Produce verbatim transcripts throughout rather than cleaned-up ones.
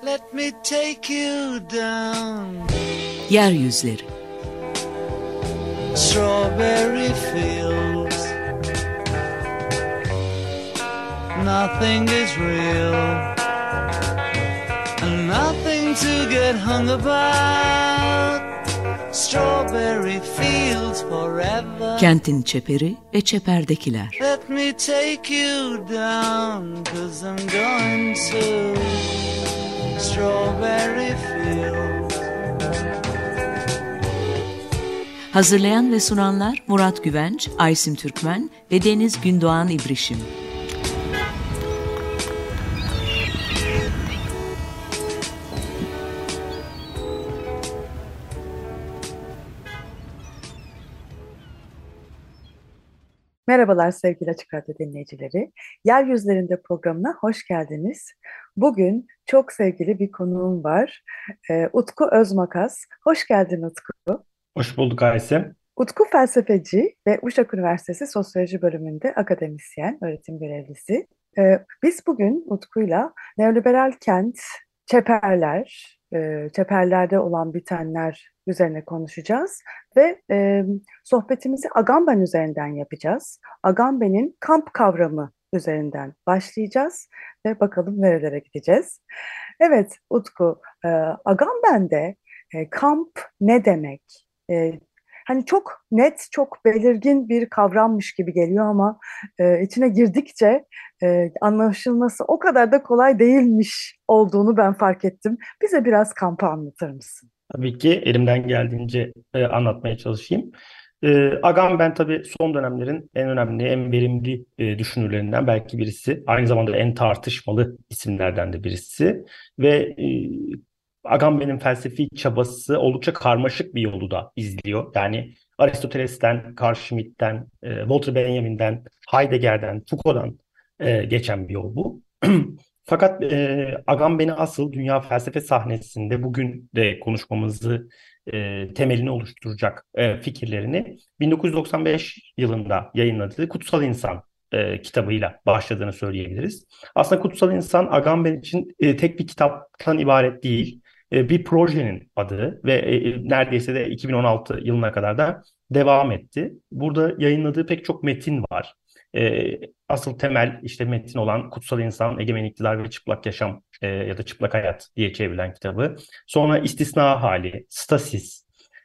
Let me take you down. Yeryüzleri. Strawberry fields. Nothing is real. And nothing to get hung about. Strawberry fields forever. Kentin çeperi ve çeperdekiler. Let me take you down, 'cause I'm going to Strawberry fields. Hazırlayan ve sunanlar Murat Güvenç, Aysim Türkmen ve Deniz Gündoğan İbrişim. Merhabalar sevgili Açık Radyo dinleyicileri. Yeryüzlerinde programına hoş geldiniz. Bugün çok sevgili bir konuğum var. Ee, Utku Özmakas. Hoş geldin Utku. Hoş bulduk Ayşe. Utku felsefeci ve Uşak Üniversitesi Sosyoloji Bölümünde akademisyen, öğretim görevlisi. Ee, biz bugün Utku'yla neoliberal kent, çeperler, e, çeperlerde olan bitenler üzerine konuşacağız ve e, sohbetimizi Agamben üzerinden yapacağız. Agamben'in kamp kavramı üzerinden başlayacağız ve bakalım nerelere gideceğiz. Evet Utku, e, Agamben'de e, kamp ne demek? E, Hani çok net, çok belirgin bir kavrammış gibi geliyor ama e, içine girdikçe e, anlaşılması o kadar da kolay değilmiş olduğunu ben fark ettim. Bize biraz kampı anlatır mısın? Tabii ki elimden geldiğince e, anlatmaya çalışayım. E, Agamben tabii son dönemlerin en önemli, en verimli e, düşünürlerinden belki birisi. Aynı zamanda en tartışmalı isimlerden de birisi. Ve e, Agamben'in felsefi çabası oldukça karmaşık bir yolu da izliyor. Yani Aristoteles'ten, Carl Schmitt'ten, e, Walter Benjamin'den, Heidegger'den, Foucault'dan e, geçen bir yol bu. Fakat e, Agamben'i asıl dünya felsefe sahnesinde bugün de konuşmamızı e, temelini oluşturacak e, fikirlerini bin dokuz yüz doksan beş yılında yayınladığı Kutsal İnsan e, kitabıyla başladığını söyleyebiliriz. Aslında Kutsal İnsan Agamben için e, tek bir kitaptan ibaret değil, e, bir projenin adı ve e, neredeyse de iki bin on altı yılına kadar da devam etti. Burada yayınladığı pek çok metin var. E, asıl temel işte metin olan Kutsal İnsan, Egemen İktidar ve Çıplak Yaşam e, ya da Çıplak Hayat diye çevrilen kitabı. Sonra İstisna Hali, Stasis,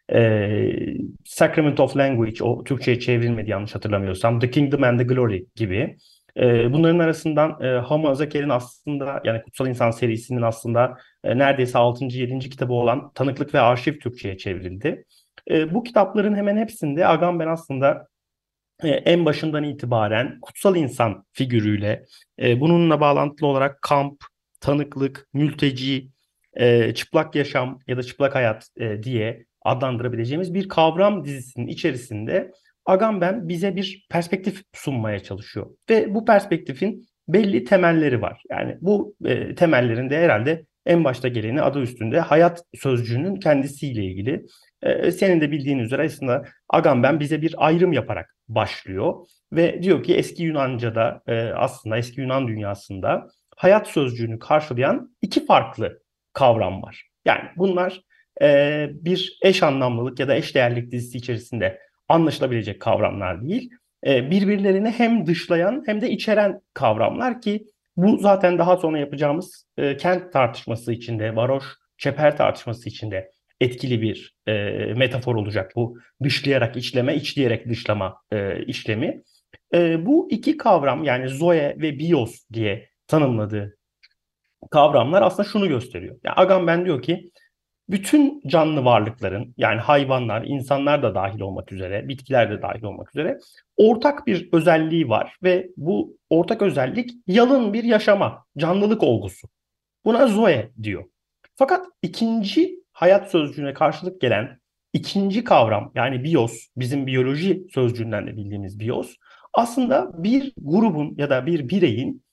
e, Sacrament of Language, o Türkçe'ye çevrilmedi yanlış hatırlamıyorsam, The Kingdom and the Glory gibi. E, bunların arasından e, Homo Azakel'in aslında yani Kutsal İnsan serisinin aslında e, neredeyse altıncı yedinci kitabı olan Tanıklık ve Arşiv Türkçe'ye çevrildi. E, bu kitapların hemen hepsinde Agamben aslında e, en başından itibaren kutsal insan figürüyle e, bununla bağlantılı olarak kamp, tanıklık, mülteci, e, çıplak yaşam ya da çıplak hayat e, diye adlandırabileceğimiz bir kavram dizisinin içerisinde Agamben bize bir perspektif sunmaya çalışıyor. Ve bu perspektifin belli temelleri var. Yani bu e, temellerin de herhalde en başta geleni adı üstünde hayat sözcüğünün kendisiyle ilgili. E, senin de bildiğin üzere aslında Agamben bize bir ayrım yaparak başlıyor ve diyor ki eski Yunanca'da e, aslında eski Yunan dünyasında hayat sözcüğünü karşılayan iki farklı kavram var. Yani bunlar e, bir eş anlamlılık ya da eşdeğerlik dizisi içerisinde anlaşılabilecek kavramlar değil. E, birbirlerini hem dışlayan hem de içeren kavramlar ki bu zaten daha sonra yapacağımız e, kent tartışması içinde, varoş çeper tartışması içinde etkili bir e, metafor olacak bu dışlayarak içleme, içleyerek dışlama e, işlemi. E, bu iki kavram yani zoe ve bios diye tanımladığı kavramlar aslında şunu gösteriyor. Yani Agamben diyor ki bütün canlı varlıkların yani hayvanlar, insanlar da dahil olmak üzere, bitkiler de dahil olmak üzere ortak bir özelliği var ve bu ortak özellik yalın bir yaşama, canlılık olgusu. Buna zoe diyor. Fakat ikinci hayat sözcüğüne karşılık gelen ikinci kavram yani bios, bizim biyoloji sözcüğünden de bildiğimiz bios aslında bir grubun ya da bir bireyin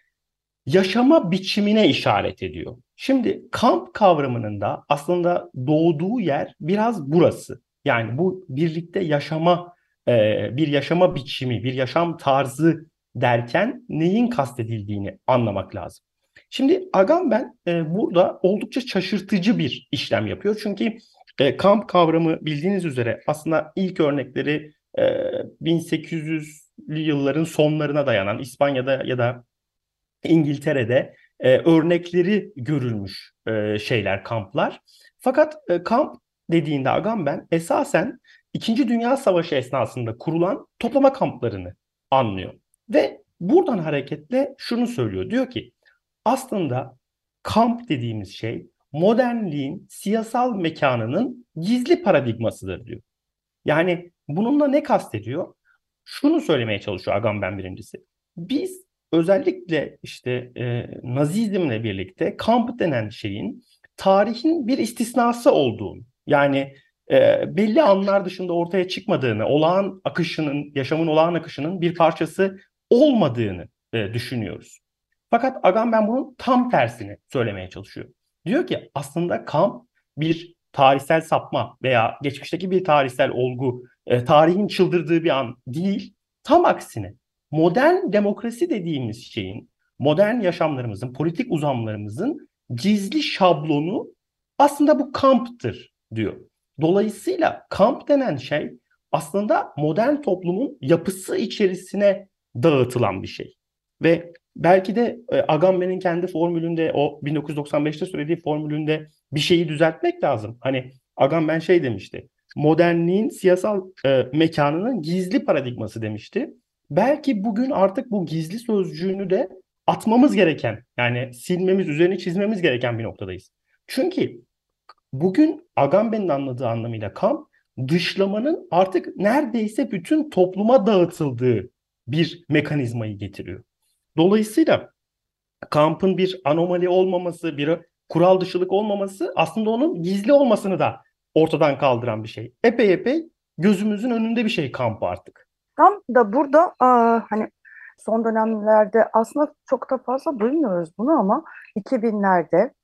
yaşama biçimine işaret ediyor. Şimdi kamp kavramının da aslında doğduğu yer biraz burası. Yani bu birlikte yaşama, e, bir yaşama biçimi, bir yaşam tarzı derken neyin kastedildiğini anlamak lazım. Şimdi Agamben e, burada oldukça şaşırtıcı bir işlem yapıyor. Çünkü e, kamp kavramı bildiğiniz üzere aslında ilk örnekleri e, bin sekiz yüzlü yılların sonlarına dayanan İspanya'da ya da İngiltere'de e, örnekleri görülmüş e, şeyler, kamplar. Fakat e, kamp dediğinde Agamben esasen İkinci Dünya Savaşı esnasında kurulan toplama kamplarını anlıyor. Ve buradan hareketle şunu söylüyor. Diyor ki aslında kamp dediğimiz şey modernliğin siyasal mekanının gizli paradigmasıdır diyor. Yani bununla ne kastediyor? Şunu söylemeye çalışıyor Agamben birincisi. Biz özellikle işte e, Nazizmle birlikte kamp denen şeyin tarihin bir istisnası olduğunu, yani e, belli anlar dışında ortaya çıkmadığını, olağan akışının, yaşamın olağan akışının bir parçası olmadığını e, düşünüyoruz. Fakat Agamben bunun tam tersini söylemeye çalışıyor. Diyor ki aslında kamp bir tarihsel sapma veya geçmişteki bir tarihsel olgu, e, tarihin çıldırdığı bir an değil. Tam aksine modern demokrasi dediğimiz şeyin, modern yaşamlarımızın, politik uzamlarımızın gizli şablonu aslında bu kamptır diyor. Dolayısıyla kamp denen şey aslında modern toplumun yapısı içerisine dağıtılan bir şey. Ve belki de e, Agamben'in kendi formülünde, o bin dokuz yüz doksan beşte söylediği formülünde bir şeyi düzeltmek lazım. Hani Agamben şey demişti, modernliğin siyasal e, mekanının gizli paradigması demişti. Belki bugün artık bu gizli sözcüğünü de atmamız gereken, yani silmemiz, üzerine çizmemiz gereken bir noktadayız. Çünkü bugün Agamben'in anladığı anlamıyla kamp, dışlamanın artık neredeyse bütün topluma dağıtıldığı bir mekanizmayı getiriyor. Dolayısıyla kampın bir anomali olmaması, bir kural dışılık olmaması aslında onun gizli olmasını da ortadan kaldıran bir şey. Epey epey gözümüzün önünde bir şey kamp artık. Tam da burada aa, hani son dönemlerde aslında çok da fazla duymuyoruz bunu ama iki binlerde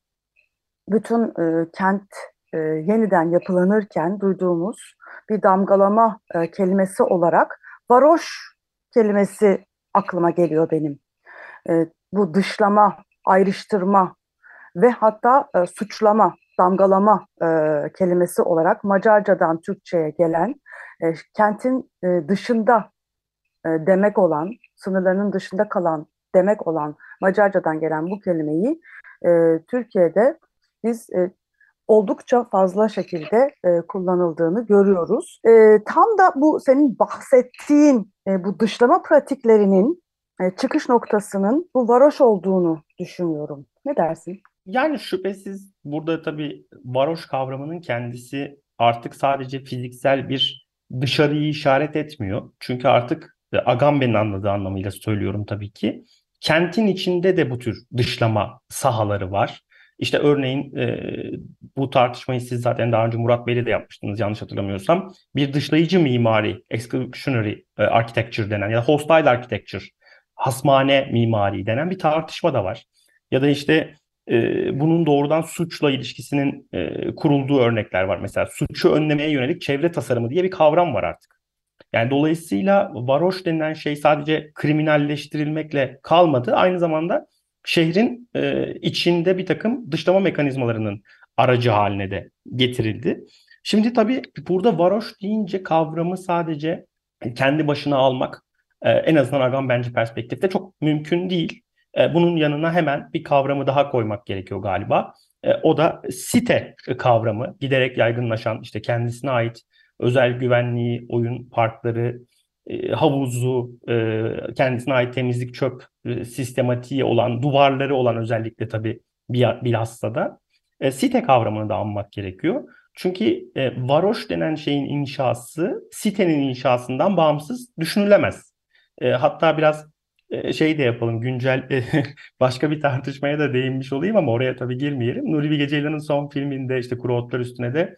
bütün e, kent e, yeniden yapılanırken duyduğumuz bir damgalama e, kelimesi olarak varoş kelimesi aklıma geliyor benim. E, bu dışlama, ayrıştırma ve hatta e, suçlama, damgalama e, kelimesi olarak Macarcadan Türkçe'ye gelen e, kentin e, dışında e, demek olan, sınırlarının dışında kalan demek olan Macarcadan gelen bu kelimeyi e, Türkiye'de biz e, oldukça fazla şekilde e, kullanıldığını görüyoruz. E, tam da bu senin bahsettiğin e, bu dışlama pratiklerinin e, çıkış noktasının bu varoş olduğunu düşünüyorum. Ne dersin? Yani şüphesiz burada tabii varoş kavramının kendisi artık sadece fiziksel bir dışarıyı işaret etmiyor. Çünkü artık e, Agamben'in anladığı anlamıyla söylüyorum tabii ki. Kentin içinde de bu tür dışlama sahaları var. İşte örneğin e, bu tartışmayı siz zaten daha önce Murat Bey'le de yapmıştınız yanlış hatırlamıyorsam. Bir dışlayıcı mimari, exclusionary e, architecture denen ya da hostile architecture, hasmane mimari denen bir tartışma da var. Ya da işte e, bunun doğrudan suçla ilişkisinin e, kurulduğu örnekler var. Mesela suçu önlemeye yönelik çevre tasarımı diye bir kavram var artık. Yani dolayısıyla varoş denilen şey sadece kriminalleştirilmekle kalmadı. Aynı zamanda şehrin e, içinde bir takım dışlama mekanizmalarının aracı haline de getirildi. Şimdi tabii burada varoş deyince kavramı sadece kendi başına almak e, en azından Agambenci perspektifte çok mümkün değil. E, bunun yanına hemen bir kavramı daha koymak gerekiyor galiba. E, o da site kavramı, giderek yaygınlaşan, işte kendisine ait özel güvenliği, oyun parkları, e, havuzu, e, kendisine ait temizlik çöp e, sistematiği olan, duvarları olan özellikle tabii bir, bilhassa da e, site kavramını da anmak gerekiyor. Çünkü e, varoş denen şeyin inşası sitenin inşasından bağımsız düşünülemez. E, hatta biraz e, şey de yapalım, güncel e, başka bir tartışmaya da değinmiş olayım ama oraya tabii girmeyelim. Nuri Bilge Ceylan'ın son filminde işte Kuru Otlar Üstüne de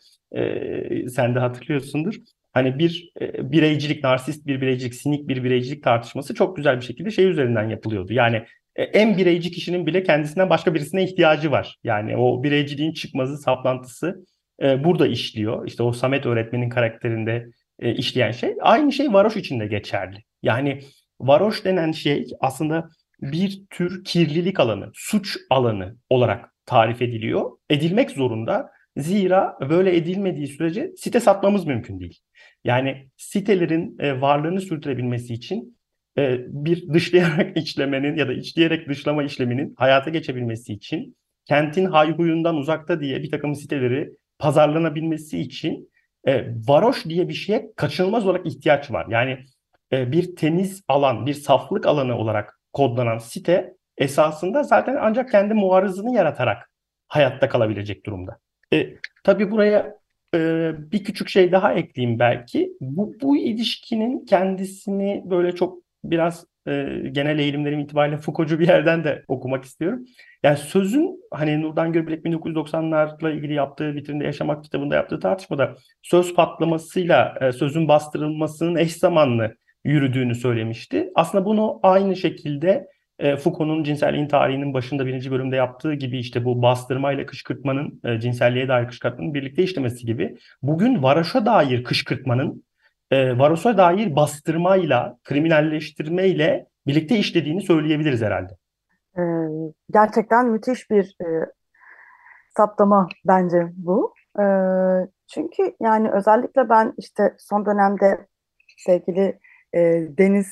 e, sen de hatırlıyorsundur. Hani bir e, bireycilik, narsist bir bireycilik, sinik bir bireycilik tartışması çok güzel bir şekilde şey üzerinden yapılıyordu. Yani e, en bireyci kişinin bile kendisinden başka birisine ihtiyacı var. Yani o bireyciliğin çıkmazı, saplantısı e, burada işliyor. İşte o Samet öğretmenin karakterinde e, işleyen şey. Aynı şey varoş için de geçerli. Yani varoş denen şey aslında bir tür kirlilik alanı, suç alanı olarak tarif ediliyor. Edilmek zorunda. Zira böyle edilmediği sürece site satmamız mümkün değil. Yani sitelerin e, varlığını sürdürebilmesi için e, bir dışlayarak içlemenin ya da içleyerek dışlama işleminin hayata geçebilmesi için kentin hayhuyundan uzakta diye bir takım siteleri pazarlanabilmesi için e, varoş diye bir şeye kaçınılmaz olarak ihtiyaç var. Yani e, bir temiz alan, bir saflık alanı olarak kodlanan site esasında zaten ancak kendi muarızını yaratarak hayatta kalabilecek durumda. E, tabii buraya e, bir küçük şey daha ekleyeyim belki. Bu, bu ilişkinin kendisini böyle çok biraz e, genel eğilimlerim itibariyle Foucault'cu bir yerden de okumak istiyorum. Yani sözün hani Nurdan Görbilek bin dokuz yüz doksanlarla ilgili yaptığı Vitrinde Yaşamak kitabında yaptığı tartışmada söz patlamasıyla e, sözün bastırılmasının eş zamanlı yürüdüğünü söylemişti. Aslında bunu aynı şekilde e, Foucault'un cinselliğin tarihinin başında birinci bölümde yaptığı gibi işte bu bastırmayla kışkırtmanın, e, cinselliğe dair kışkırtmanın birlikte işlemesi gibi bugün varoşa dair kışkırtmanın e, varoşa dair bastırmayla, kriminalleştirmeyle birlikte işlediğini söyleyebiliriz herhalde. Ee, Gerçekten müthiş bir e, saptama bence bu. Ee, çünkü yani özellikle ben işte son dönemde sevgili e, Deniz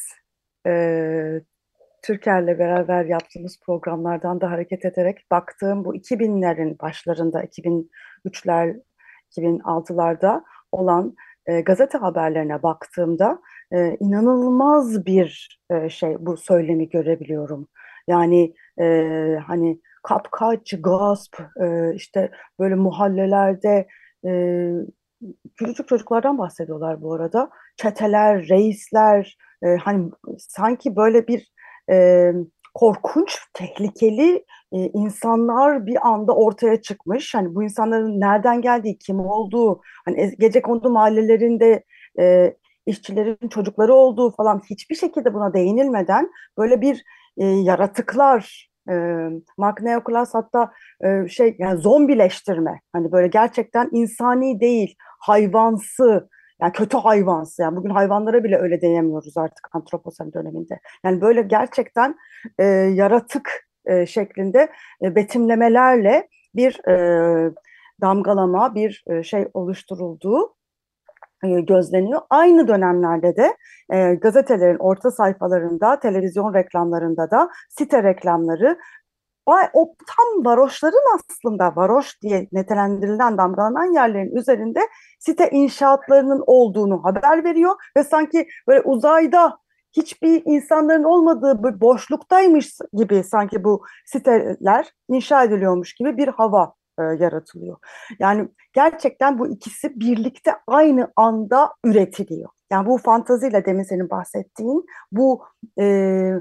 e, Türker'le beraber yaptığımız programlardan da hareket ederek baktığım bu iki binlerin başlarında, iki bin üçler, iki bin altılarda olan e, gazete haberlerine baktığımda e, inanılmaz bir e, şey bu söylemi görebiliyorum. Yani e, hani kapkaç, gasp, e, işte böyle mahallelerde e, küçücük çocuklardan bahsediyorlar bu arada. Çeteler, reisler, e, hani sanki böyle bir e, korkunç, tehlikeli e, insanlar bir anda ortaya çıkmış. Hani bu insanların nereden geldiği, kim olduğu, hani gecekondu mahallelerinde e, işçilerin çocukları olduğu falan hiçbir şekilde buna değinilmeden böyle bir e, yaratıklar, e, Mark Neoklas hatta e, şey yani zombileştirme, hani böyle gerçekten insani değil, hayvansı, yani kötü hayvansı. Yani bugün hayvanlara bile öyle diyemiyoruz artık antroposen döneminde. Yani böyle gerçekten e, yaratık e, şeklinde e, betimlemelerle bir e, damgalama, bir e, şey oluşturulduğu e, gözleniyor. Aynı dönemlerde de e, gazetelerin orta sayfalarında, televizyon reklamlarında da site reklamları, o, o tam varoşların, aslında varoş diye nitelendirilen damgalanan yerlerin üzerinde site inşaatlarının olduğunu haber veriyor ve sanki böyle uzayda hiçbir insanların olmadığı bir boşluktaymış gibi sanki bu siteler inşa ediliyormuş gibi bir hava e, yaratılıyor. Yani gerçekten bu ikisi birlikte aynı anda üretiliyor. Yani bu fantaziyle demin senin bahsettiğin bu e,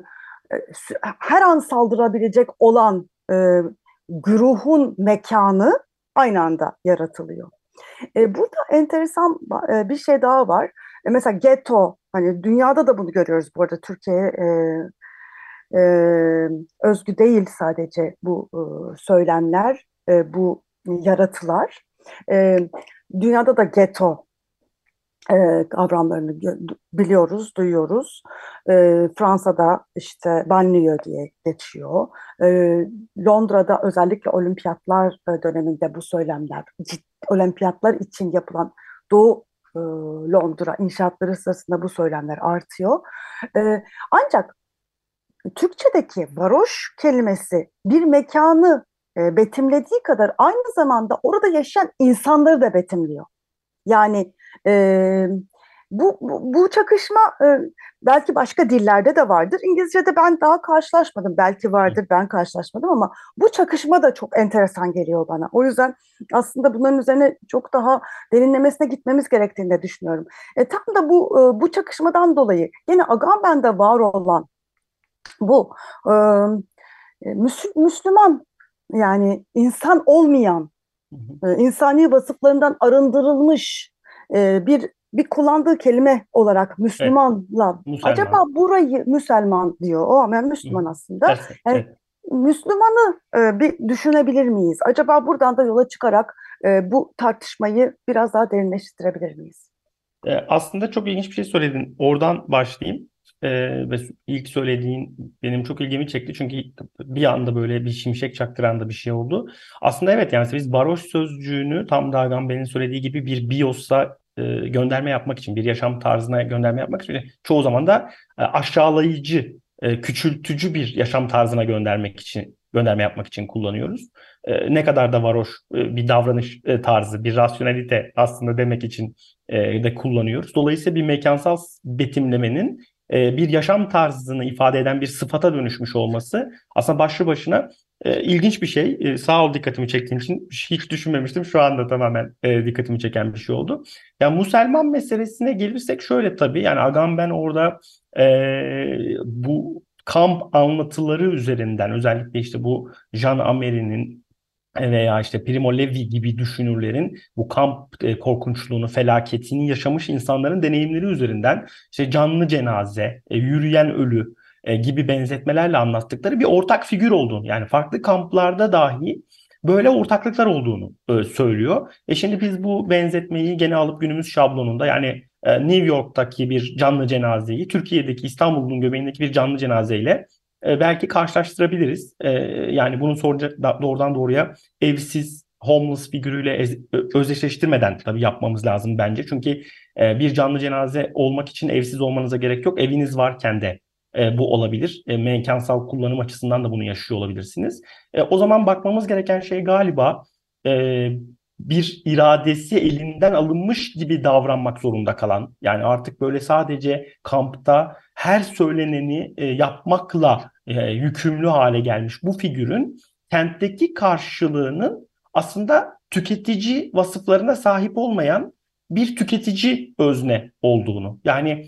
her an saldırabilecek olan e, güruhun mekanı aynı anda yaratılıyor. E, burada enteresan e, bir şey daha var. E, mesela getto, hani dünyada da bunu görüyoruz bu arada, Türkiye'ye e, e, özgü değil sadece bu e, söylemler, e, bu yaratılar. E, Dünyada da getto e, kavramlarını biliyoruz, duyuyoruz. E, Fransa'da işte banlieue diye geçiyor. E, Londra'da özellikle olimpiyatlar e, döneminde bu söylemler, cid, olimpiyatlar için yapılan Doğu e, Londra inşaatları sırasında bu söylemler artıyor. E, Ancak Türkçedeki varoş kelimesi bir mekanı e, betimlediği kadar aynı zamanda orada yaşayan insanları da betimliyor. Yani e, bu, bu, bu çakışma e, belki başka dillerde de vardır. İngilizce'de ben daha karşılaşmadım. Belki vardır, ben karşılaşmadım ama bu çakışma da çok enteresan geliyor bana. O yüzden aslında bunların üzerine çok daha derinlemesine gitmemiz gerektiğini de düşünüyorum. E, tam da bu e, bu çakışmadan dolayı yine Agamben'de var olan bu e, Müsl- Müslüman, yani insan olmayan, e, insani vasıflarından arındırılmış e, bir bir kullandığı kelime olarak Evet, Müslümanla, acaba Müselman. burayı Müselman diyor. O hemen Hı. Müslüman aslında. Evet, Yani evet. Müslümanı e, bir düşünebilir miyiz? Acaba buradan da yola çıkarak e, bu tartışmayı biraz daha derinleştirebilir miyiz? E, aslında çok ilginç bir şey söyledin. Oradan başlayayım. Ee, ve ilk söylediğin benim çok ilgimi çekti çünkü bir anda böyle bir şimşek çaktıran da bir şey oldu. Aslında evet, yani biz varoş sözcüğünü tam da Agamben'in söylediği gibi bir bios'a e, gönderme yapmak için, bir yaşam tarzına gönderme yapmak için, çoğu zaman da e, aşağılayıcı, e, küçültücü bir yaşam tarzına göndermek için gönderme yapmak için kullanıyoruz. E, ne kadar da varoş e, bir davranış e, tarzı, bir rasyonelite aslında demek için e, de kullanıyoruz. Dolayısıyla bir mekansal betimlemenin e, bir yaşam tarzını ifade eden bir sıfata dönüşmüş olması aslında başlı başına e, ilginç bir şey. E, sağ ol dikkatimi çektiğin için, hiç düşünmemiştim. Şu anda tamamen e, dikkatimi çeken bir şey oldu. Yani Muselman meselesine gelirsek şöyle, tabii yani Agamben orada e, bu kamp anlatıları üzerinden, özellikle işte bu Jean Amery'nin veya işte Primo Levi gibi düşünürlerin bu kamp e, korkunçluğunu, felaketini yaşamış insanların deneyimleri üzerinden işte canlı cenaze, e, yürüyen ölü e, gibi benzetmelerle anlattıkları bir ortak figür olduğunu, yani farklı kamplarda dahi böyle ortaklıklar olduğunu e, söylüyor. E şimdi biz bu benzetmeyi gene alıp günümüz şablonunda, yani e, New York'taki bir canlı cenazeyi Türkiye'deki, İstanbul'un göbeğindeki bir canlı cenazeyle e, belki karşılaştırabiliriz. E, yani bunu soracak, doğrudan doğruya evsiz, homeless figürüyle ez- özdeşleştirmeden tabii yapmamız lazım bence. Çünkü e, bir canlı cenaze olmak için evsiz olmanıza gerek yok. Eviniz varken de e, bu olabilir. E, mekansal kullanım açısından da bunu yaşıyor olabilirsiniz. E, o zaman bakmamız gereken şey galiba e, bir iradesi elinden alınmış gibi davranmak zorunda kalan, yani artık böyle sadece kampta her söyleneni e, yapmakla e, yükümlü hale gelmiş bu figürün kentteki karşılığının aslında tüketici vasıflarına sahip olmayan bir tüketici özne olduğunu, yani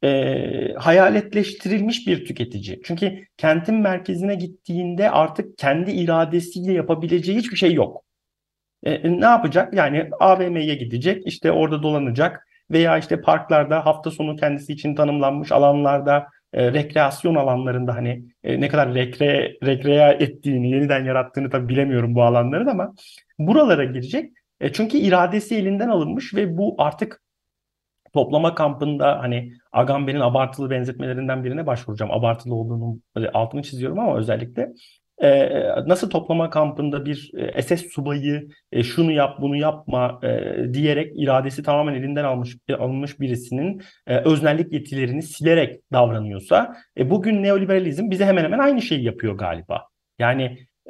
e, hayaletleştirilmiş bir tüketici. Çünkü kentin merkezine gittiğinde artık kendi iradesiyle yapabileceği hiçbir şey yok. E, e, ne yapacak? Yani A V M'ye gidecek, işte orada dolanacak veya işte parklarda, hafta sonu kendisi için tanımlanmış alanlarda, e, rekreasyon alanlarında, hani e, ne kadar rekre, rekrea ettiğini, yeniden yarattığını tabii bilemiyorum bu alanların, ama buralara girecek. E, çünkü iradesi elinden alınmış ve bu artık toplama kampında, hani Agamben'in abartılı benzetmelerinden birine başvuracağım. Abartılı olduğunun e, altını çiziyorum, ama özellikle e, nasıl toplama kampında bir e, S S subayı e, şunu yap bunu yapma e, diyerek iradesi tamamen elinden almış e, alınmış birisinin e, öznellik yetilerini silerek davranıyorsa, e, bugün neoliberalizm bize hemen hemen aynı şeyi yapıyor galiba. Yani e,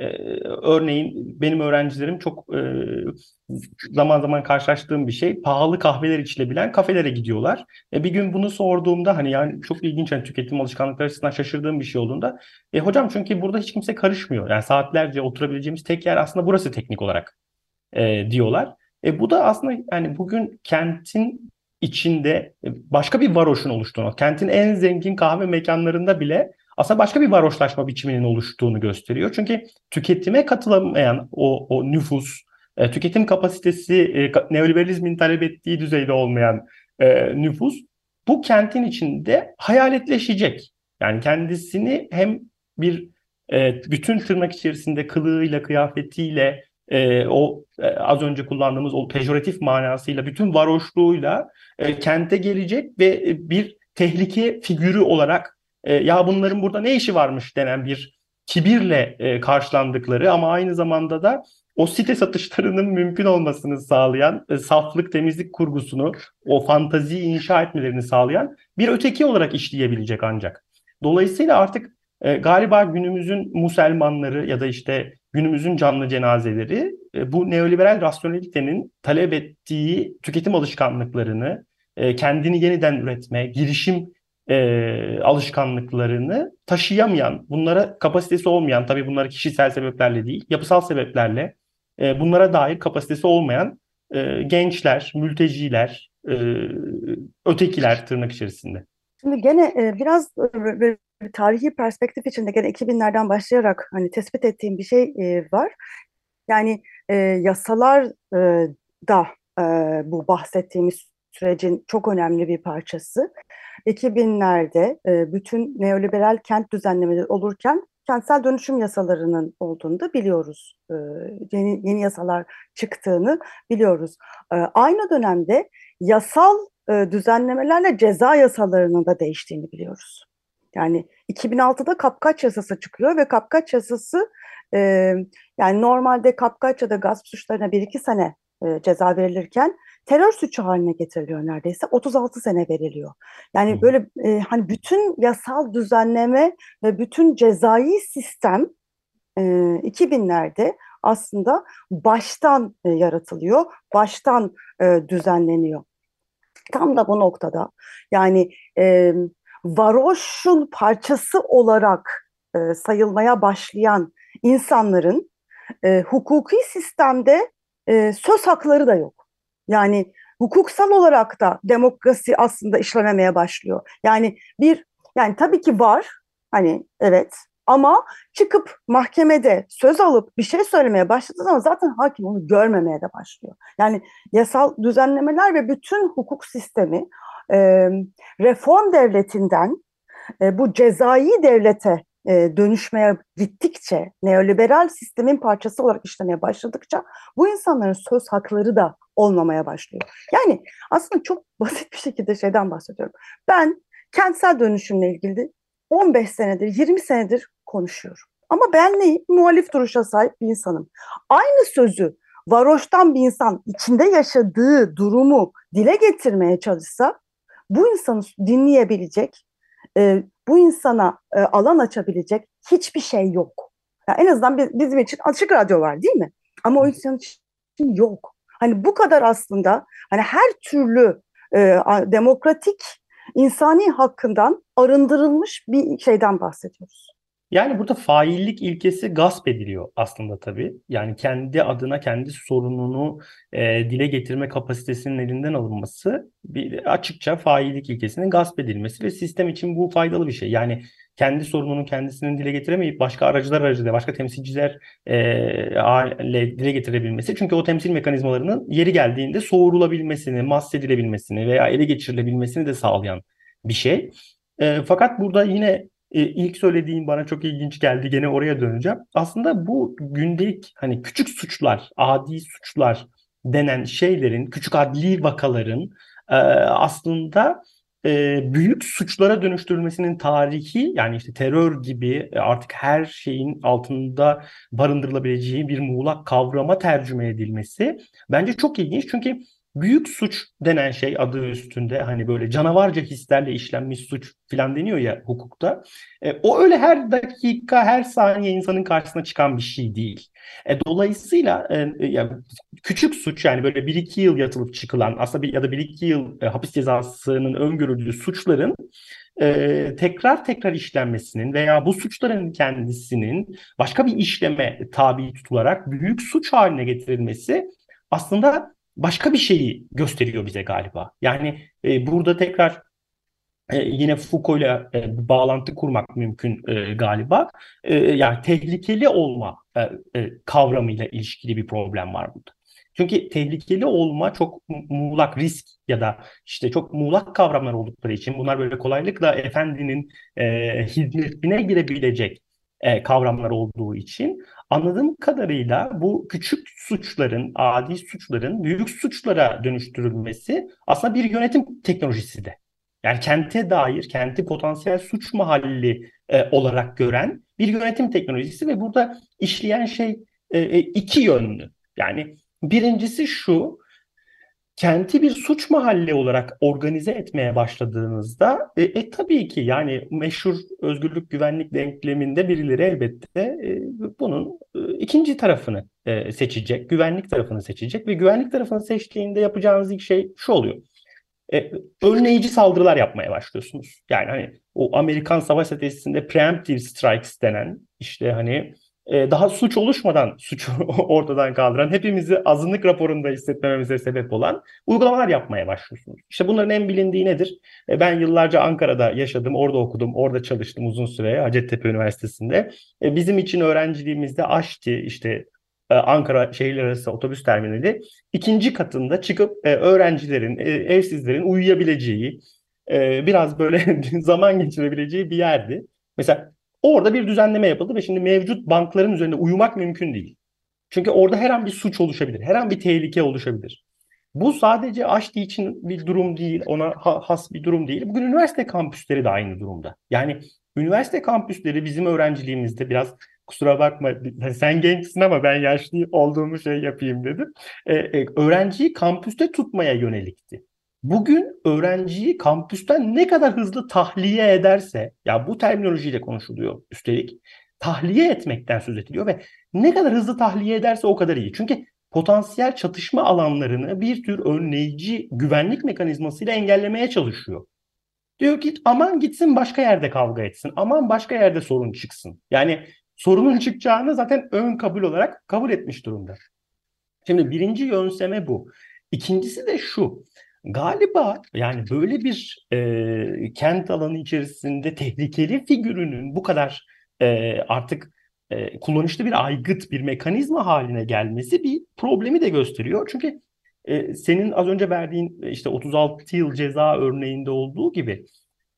örneğin benim öğrencilerim çok e, zaman zaman karşılaştığım bir şey. Pahalı kahveler içilebilen kafelere gidiyorlar. E, bir gün bunu sorduğumda, hani yani çok ilginç, hani tüketim alışkanlıkları açısından şaşırdığım bir şey olduğunda, e, hocam çünkü burada hiç kimse karışmıyor. Yani saatlerce oturabileceğimiz tek yer aslında burası teknik olarak e, diyorlar. E, bu da aslında yani bugün kentin içinde e, başka bir varoşun oluştuğunu, kentin en zengin kahve mekanlarında bile aslında başka bir varoşlaşma biçiminin oluştuğunu gösteriyor. Çünkü tüketime katılamayan o, o nüfus, e, tüketim kapasitesi e, ka- neoliberalizmin talep ettiği düzeyde olmayan e, nüfus bu kentin içinde hayaletleşecek. Yani kendisini hem bir e, bütün tırnak içerisinde kılığıyla, kıyafetiyle, e, o e, az önce kullandığımız o pejoratif manasıyla, bütün varoşluğuyla e, kente gelecek ve e, bir tehlike figürü olarak e, ya bunların burada ne işi varmış denen bir kibirle e, karşılandıkları, ama aynı zamanda da o site satışlarının mümkün olmasını sağlayan, e, saflık, temizlik kurgusunu, o fantaziyi inşa etmelerini sağlayan bir öteki olarak işleyebilecek ancak. Dolayısıyla artık e, galiba günümüzün Muselmanları ya da işte günümüzün canlı cenazeleri e, bu neoliberal rasyonelitenin talep ettiği tüketim alışkanlıklarını, e, kendini yeniden üretme, girişim e, alışkanlıklarını taşıyamayan, bunlara kapasitesi olmayan, tabii bunları kişisel sebeplerle değil, yapısal sebeplerle e, bunlara dair kapasitesi olmayan e, gençler, mülteciler, e, ötekiler tırnak içerisinde. Şimdi gene e, biraz e, böyle bir tarihi perspektif içinde gene iki binlerden başlayarak hani tespit ettiğim bir şey e, var. Yani e, yasalar e, da e, bu bahsettiğimiz sürecin çok önemli bir parçası. iki binlerde e, bütün neoliberal kent düzenlemeleri olurken kentsel dönüşüm yasalarının olduğunu da biliyoruz. E, yeni, yeni yasalar çıktığını biliyoruz. E, aynı dönemde yasal e, düzenlemelerle ceza yasalarının da değiştiğini biliyoruz. Yani iki bin altıda kapkaç yasası çıkıyor ve kapkaç yasası e, yani normalde kapkaç ya da gasp suçlarına bir iki sene e, ceza verilirken terör suçu haline getiriliyor neredeyse. otuz altı sene veriliyor. Yani böyle e, hani bütün yasal düzenleme ve bütün cezai sistem e, iki binlerde aslında baştan e, yaratılıyor, baştan e, düzenleniyor. Tam da bu noktada yani e, varoşun parçası olarak e, sayılmaya başlayan insanların e, hukuki sistemde e, söz hakları da yok. Yani hukuksal olarak da demokrasi aslında işlememeye başlıyor. Yani bir yani tabii ki var hani evet ama çıkıp mahkemede söz alıp bir şey söylemeye başladığı zaman zaten hakim onu görmemeye de başlıyor. Yani yasal düzenlemeler ve bütün hukuk sistemi e, reform devletinden e, bu cezai devlete e, dönüşmeye gittikçe, neoliberal sistemin parçası olarak işlemeye başladıkça bu insanların söz hakları da olmamaya başlıyor. Yani aslında çok basit bir şekilde şeyden bahsediyorum. Ben kentsel dönüşümle ilgili on beş senedir, yirmi senedir konuşuyorum. Ama ben neyim? Muhalif duruşa sahip bir insanım. Aynı sözü varoştan bir insan içinde yaşadığı durumu dile getirmeye çalışsa bu insanı dinleyebilecek, e, bu insana e, alan açabilecek hiçbir şey yok. Yani en azından biz, bizim için açık radyo var değil mi? Ama o insan için yok. Hani bu kadar aslında hani her türlü e, demokratik insani hakkından arındırılmış bir şeyden bahsediyoruz. Yani burada faillik ilkesi gasp ediliyor aslında tabii. Yani kendi adına kendi sorununu e, dile getirme kapasitesinin elinden alınması bir açıkça faillik ilkesinin gasp edilmesi ve sistem için bu faydalı bir şey. Yani kendi sorununu kendisinin dile getiremeyip başka aracılar aracılığıyla, başka temsilciler e, dile getirebilmesi. Çünkü o temsil mekanizmalarının yeri geldiğinde soğurulabilmesini, mahsedilebilmesini veya ele geçirilebilmesini de sağlayan bir şey. E, fakat burada yine e, ilk söylediğin bana çok ilginç geldi. Gene oraya döneceğim. Aslında bu gündelik hani küçük suçlar, adi suçlar denen şeylerin, küçük adli vakaların e, aslında e, büyük suçlara dönüştürülmesinin tarihi yani işte terör gibi e, artık her şeyin altında barındırılabileceği bir muğlak kavrama tercüme edilmesi bence çok ilginç. Çünkü büyük suç denen şey adı üstünde hani böyle canavarca hislerle işlenmiş suç falan deniyor ya hukukta. E, o öyle her dakika, her saniye insanın karşısına çıkan bir şey değil. E, dolayısıyla e, ya, küçük suç yani böyle bir iki yıl yatılıp çıkılan aslında bir, ya da bir iki yıl e, hapis cezasının öngörüldüğü suçların e, tekrar tekrar işlenmesinin veya bu suçların kendisinin başka bir işleme tabi tutularak büyük suç haline getirilmesi aslında başka bir şeyi gösteriyor bize galiba. Yani e, burada tekrar e, yine Foucault'la e, bir bağlantı kurmak mümkün e, galiba. E, yani tehlikeli olma e, e, kavramıyla ilişkili bir problem var burada. Çünkü tehlikeli olma çok mu- muğlak risk ya da işte çok muğlak kavramlar oldukları için bunlar böyle kolaylıkla efendinin e, hizmetine girebilecek e, kavramlar olduğu için anladığım kadarıyla bu küçük suçların, adi suçların büyük suçlara dönüştürülmesi aslında bir yönetim teknolojisi de. Yani kente dair, kenti potansiyel suç mahalli e, olarak gören bir yönetim teknolojisi ve burada işleyen şey e, e, iki yönlü. Yani birincisi şu, kenti bir suç mahalli olarak organize etmeye başladığınızda e, e, tabii ki yani meşhur özgürlük güvenlik denkleminde birileri elbette e, bunun e, ikinci tarafını e, seçecek, güvenlik tarafını seçecek ve güvenlik tarafını seçtiğinde yapacağınız ilk şey şu oluyor. E, önleyici saldırılar yapmaya başlıyorsunuz. Yani hani o Amerikan savaş stratejisinde preemptive strikes denen işte hani e, daha suç oluşmadan suçu ortadan kaldıran hepimizi azınlık raporunda hissetmemize sebep olan uygulamalar yapmaya başlıyorsunuz. İşte bunların en bilindiği nedir? E, ben yıllarca Ankara'da yaşadım, orada okudum, orada çalıştım uzun süre Hacettepe Üniversitesi'nde. E, bizim için öğrenciliğimizde AŞTİ işte e, Ankara Şehirler Arası Otobüs Terminali ikinci katında çıkıp e, öğrencilerin, e, evsizlerin uyuyabileceği, e, biraz böyle zaman geçirebileceği bir yerdi. Mesela orada bir düzenleme yapıldı ve şimdi mevcut bankların üzerinde uyumak mümkün değil. Çünkü orada her an bir suç oluşabilir, her an bir tehlike oluşabilir. Bu sadece AŞTİ için bir durum değil, ona ha- has bir durum değil. Bugün üniversite kampüsleri de aynı durumda. Yani üniversite kampüsleri bizim öğrenciliğimizde biraz, kusura bakma sen gençsin ama ben yaşlı olduğumu şey yapayım dedim. E, e, öğrenciyi kampüste tutmaya yönelikti. Bugün öğrenciyi kampüsten ne kadar hızlı tahliye ederse, ya bu terminolojiyle konuşuluyor üstelik, tahliye etmekten söz ediliyor ve ne kadar hızlı tahliye ederse o kadar iyi. Çünkü potansiyel çatışma alanlarını bir tür önleyici güvenlik mekanizmasıyla engellemeye çalışıyor. Diyor ki aman gitsin başka yerde kavga etsin, aman başka yerde sorun çıksın. Yani sorunun çıkacağını zaten ön kabul olarak kabul etmiş durumda. Şimdi birinci yönseme bu. İkincisi de şu. Galiba yani böyle bir e, kent alanı içerisinde tehlikeli figürünün bu kadar e, artık e, kullanışlı bir aygıt, bir mekanizma haline gelmesi bir problemi de gösteriyor. Çünkü e, senin az önce verdiğin işte otuz altı yıl ceza örneğinde olduğu gibi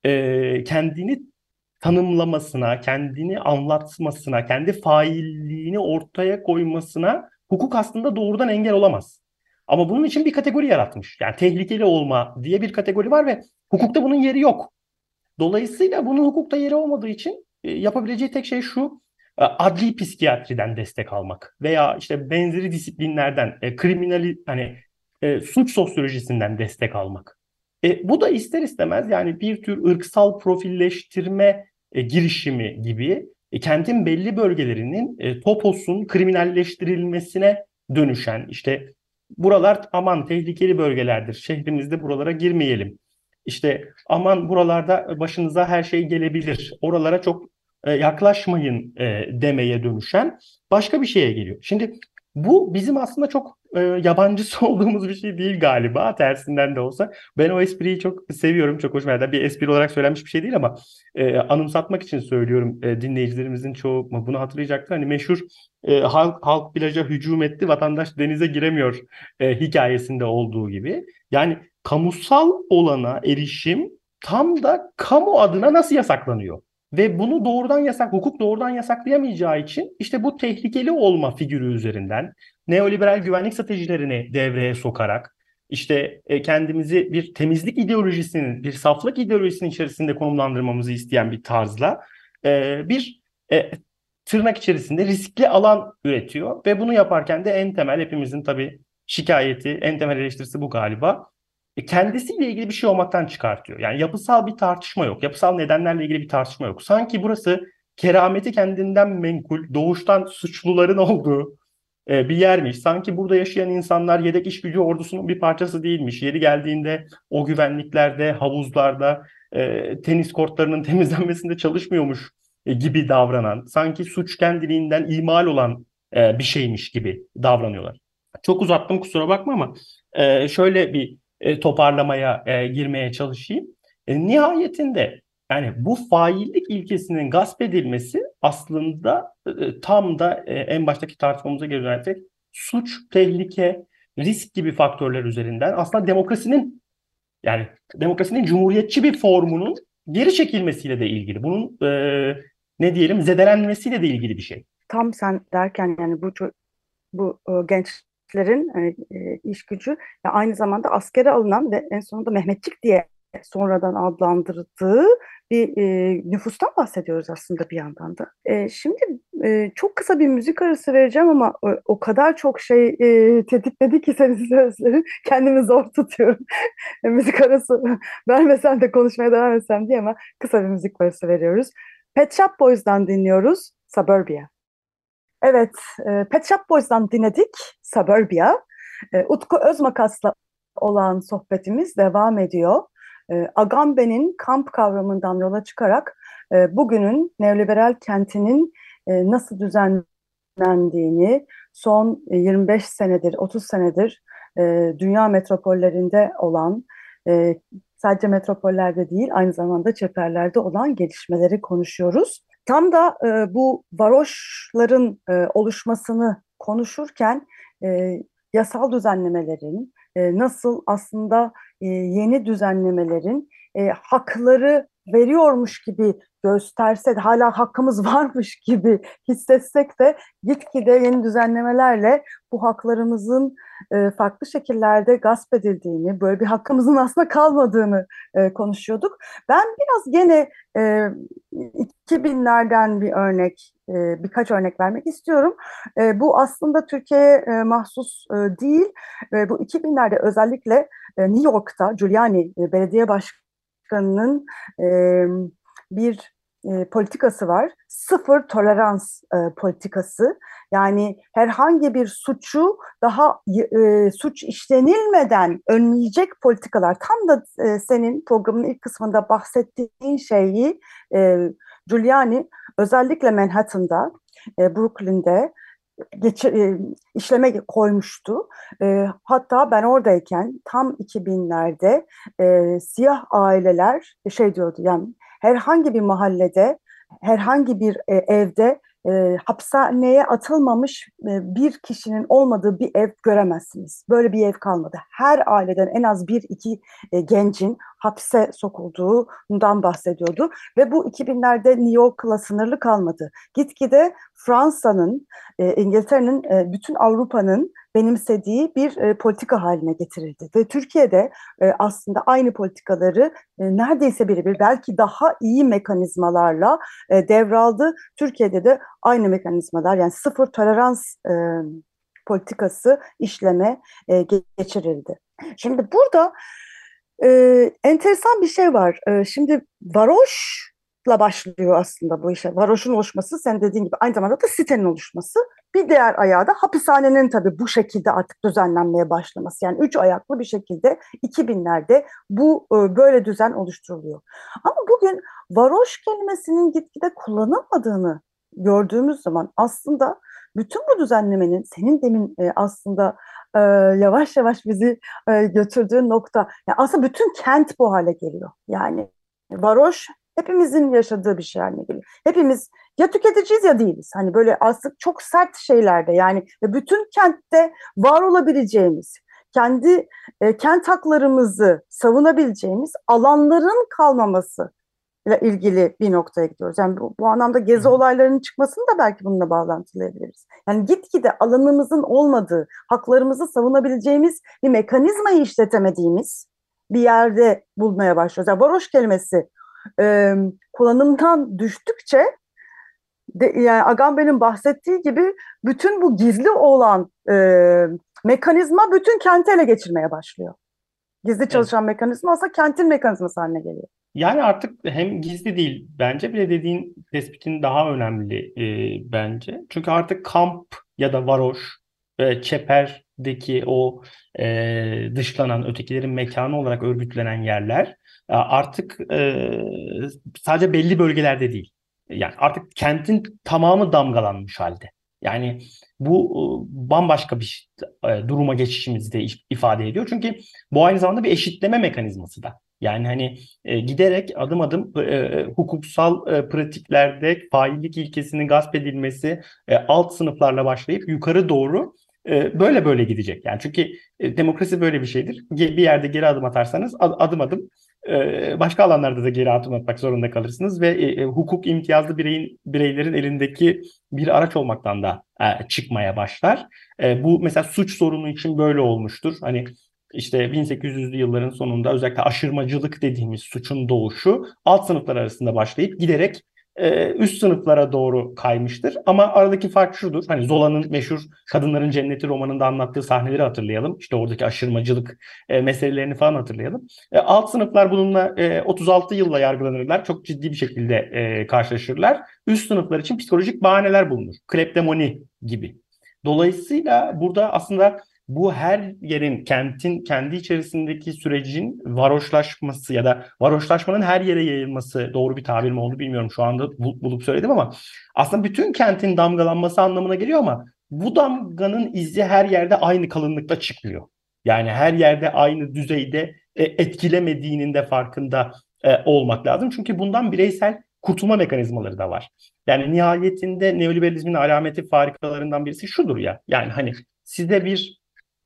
e, kendini tanımlamasına, kendini anlatmasına, kendi failliğini ortaya koymasına hukuk aslında doğrudan engel olamaz. Ama bunun için bir kategori yaratmış. Yani tehlikeli olma diye bir kategori var ve hukukta bunun yeri yok. Dolayısıyla bunun hukukta yeri olmadığı için e, yapabileceği tek şey şu: e, adli psikiyatriden destek almak veya işte benzeri disiplinlerden, e, kriminali hani e, suç sosyolojisinden destek almak. E, bu da ister istemez yani bir tür ırksal profilleştirme e, girişimi gibi e, kentin belli bölgelerinin e, toposun kriminalleştirilmesine dönüşen, işte buralar aman tehlikeli bölgelerdir, şehrimizde buralara girmeyelim. İşte aman buralarda başınıza her şey gelebilir, oralara çok e, yaklaşmayın e, demeye dönüşen başka bir şeye geliyor. Şimdi bu bizim aslında çok e, yabancısı olduğumuz bir şey değil galiba, tersinden de olsa. Ben o espriyi çok seviyorum, çok hoşuma gider. Bir espri olarak söylenmiş bir şey değil ama e, anımsatmak için söylüyorum. E, dinleyicilerimizin çoğu bunu hatırlayacaktır. Hani meşhur e, halk, halk plaja hücum etti, vatandaş denize giremiyor e, hikayesinde olduğu gibi. Yani kamusal olana erişim tam da kamu adına nasıl yasaklanıyor? Ve bunu doğrudan yasak, hukuk doğrudan yasaklayamayacağı için işte bu tehlikeli olma figürü üzerinden neoliberal güvenlik stratejilerini devreye sokarak işte e, kendimizi bir temizlik ideolojisinin, bir saflık ideolojisinin içerisinde konumlandırmamızı isteyen bir tarzla e, bir e, tırnak içerisinde riskli alan üretiyor ve bunu yaparken de en temel hepimizin tabii şikayeti, en temel eleştirisi bu galiba. E, kendisiyle ilgili bir şey olmaktan çıkartıyor. Yani yapısal bir tartışma yok. Yapısal nedenlerle ilgili bir tartışma yok. Sanki burası kerameti kendinden menkul, doğuştan suçluların olduğu e, bir yermiş. Sanki burada yaşayan insanlar yedek iş gücü ordusunun bir parçası değilmiş. Yeri geldiğinde o güvenliklerde, havuzlarda, e, tenis kortlarının temizlenmesinde çalışmıyormuş e, gibi davranan, sanki suç kendiliğinden imal olan e, bir şeymiş gibi davranıyorlar. Çok uzattım, kusura bakma ama e, şöyle bir e, toparlamaya e, girmeye çalışayım. E, nihayetinde yani bu faillik ilkesinin gasp edilmesi aslında e, tam da e, en baştaki tartışmamıza geri dönersek suç, tehlike, risk gibi faktörler üzerinden aslında demokrasinin, yani demokrasinin cumhuriyetçi bir formunun geri çekilmesiyle de ilgili. Bunun e, ne diyelim zedelenmesiyle de ilgili bir şey. Tam sen derken yani bu ço- bu e, gençlerin hani, e, iş gücü ve aynı zamanda askere alınan ve en sonunda Mehmetçik diye sonradan adlandırdığı bir e, nüfustan bahsediyoruz aslında bir yandan da. E, şimdi e, çok kısa bir müzik arası vereceğim ama o, o kadar çok şey e, tetikledi ki senin sözlerin, kendimi zor tutuyorum. E, müzik arası vermesem de konuşmaya devam etsem diye, ama kısa bir müzik arası veriyoruz. Pet Shop Boys'dan dinliyoruz Suburbia. Evet, e, Pet Shop Boys'dan dinledik Suburbia. E, Utku Özmakas'la olan sohbetimiz devam ediyor. E, Agamben'in kamp kavramından yola çıkarak e, bugünün neoliberal kentinin e, nasıl düzenlendiğini, son yirmi beş senedir, otuz senedir e, dünya metropollerinde olan, e, sadece metropollerde değil aynı zamanda çeperlerde olan gelişmeleri konuşuyoruz. Tam da e, bu varoşların e, oluşmasını konuşurken e, yasal düzenlemelerin e, nasıl aslında e, yeni düzenlemelerin e, hakları veriyormuş gibi gösterse de, hala hakkımız varmış gibi hissetsek de, gitgide yeni düzenlemelerle bu haklarımızın e, farklı şekillerde gasp edildiğini, böyle bir hakkımızın aslında kalmadığını e, konuşuyorduk. Ben biraz gene e, iki binlerden bir örnek, e, birkaç örnek vermek istiyorum. E, bu aslında Türkiye'ye e, mahsus e, değil. E, bu iki binlerde özellikle e, New York'ta Giuliani e, belediye başkanının e, bir e, politikası var. Sıfır tolerans e, politikası. Yani herhangi bir suçu daha e, suç işlenilmeden önleyecek politikalar. Tam da e, senin programın ilk kısmında bahsettiğin şeyi e, Giuliani özellikle Manhattan'da, e, Brooklyn'de geçir, e, işleme koymuştu. E, hatta ben oradayken tam iki binlerde e, siyah aileler şey diyordu, yani herhangi bir mahallede, herhangi bir e, evde e, hapishaneye atılmamış e, bir kişinin olmadığı bir ev göremezsiniz. Böyle bir ev kalmadı. Her aileden en az bir iki e, gencin hapse sokulduğundan bahsediyordu. Ve bu iki binlerde New York'la sınırlı kalmadı. Gitgide Fransa'nın, e, İngiltere'nin, e, bütün Avrupa'nın benimsediği bir e, politika haline getirildi. Ve Türkiye'de e, aslında aynı politikaları e, neredeyse birebir, belki daha iyi mekanizmalarla e, devraldı. Türkiye'de de aynı mekanizmalar, yani sıfır tolerans e, politikası işleme e, geçirildi. Şimdi burada e, enteresan bir şey var. E, şimdi varoşla başlıyor aslında bu işe. Varoşun oluşması, sen dediğin gibi aynı zamanda da sitenin oluşması. Bir diğer ayağı da hapishanenin tabii bu şekilde artık düzenlenmeye başlaması. Yani üç ayaklı bir şekilde iki binlerde bu e, böyle düzen oluşturuluyor. Ama bugün varoş kelimesinin gitgide kullanılmadığını gördüğümüz zaman aslında bütün bu düzenlemenin, senin demin e, aslında e, yavaş yavaş bizi e, götürdüğün nokta, yani aslında bütün kent bu hale geliyor. Yani varoş hepimizin yaşadığı bir şey haline geliyor. Hepimiz ya tüketiciyiz ya değiliz. Hani böyle aslında çok sert şeylerde, yani ve bütün kentte var olabileceğimiz, kendi e, kent haklarımızı savunabileceğimiz alanların kalmaması ile ilgili bir noktaya gidiyoruz. Yani bu, bu anlamda gezi olaylarının çıkmasını da belki bununla bağlantılayabiliriz. Yani gitgide alanımızın olmadığı, haklarımızı savunabileceğimiz bir mekanizmayı işletemediğimiz bir yerde bulmaya başlıyoruz. Yani varoş kelimesi e, kullanımdan düştükçe de, yani Agamben'in bahsettiği gibi bütün bu gizli olan e, mekanizma bütün kenti ele geçirmeye başlıyor. Gizli çalışan evet. mekanizma aslında kentin mekanizması haline geliyor. Yani artık hem gizli değil bence, bir de dediğin tespitin daha önemli e, bence. Çünkü artık kamp ya da varoş, e, çeperdeki o e, dışlanan, ötekilerin mekanı olarak örgütlenen yerler e, artık e, sadece belli bölgelerde değil. Yani artık kentin tamamı damgalanmış halde. Yani bu e, bambaşka bir e, duruma geçişimizi de ifade ediyor. Çünkü bu aynı zamanda bir eşitleme mekanizması da. Yani hani e, giderek adım adım e, hukuksal e, pratiklerde faillik ilkesinin gasp edilmesi e, alt sınıflarla başlayıp yukarı doğru e, böyle böyle gidecek. Yani çünkü e, demokrasi böyle bir şeydir. Bir yerde geri adım atarsanız ad, adım adım e, başka alanlarda da geri adım atmak zorunda kalırsınız ve e, e, hukuk imtiyazlı bireyin bireylerin elindeki bir araç olmaktan da e, çıkmaya başlar. E, bu mesela suç sorunu için böyle olmuştur. Hani İşte bin sekiz yüzlü yılların sonunda özellikle aşırmacılık dediğimiz suçun doğuşu alt sınıflar arasında başlayıp giderek e, üst sınıflara doğru kaymıştır. Ama aradaki fark şudur. Hani Zola'nın meşhur Kadınların Cenneti romanında anlattığı sahneleri hatırlayalım. İşte oradaki aşırmacılık e, meselelerini falan hatırlayalım. E, alt sınıflar bununla e, otuz altı yılla yargılanırlar. Çok ciddi bir şekilde e, karşılaşırlar. Üst sınıflar için psikolojik bahaneler bulunur. Kleptomani gibi. Dolayısıyla burada aslında bu her yerin, kentin kendi içerisindeki sürecin varoşlaşması ya da varoşlaşmanın her yere yayılması, doğru bir tabir mi oldu bilmiyorum, şu anda bulup söyledim ama aslında bütün kentin damgalanması anlamına geliyor ama bu damganın izi her yerde aynı kalınlıkta çıkmıyor. Yani her yerde aynı düzeyde e, etkilemediğinin de farkında e, olmak lazım. Çünkü bundan bireysel kurtulma mekanizmaları da var. Yani nihayetinde neoliberalizmin alameti farikalarından birisi şudur ya. Yani hani size bir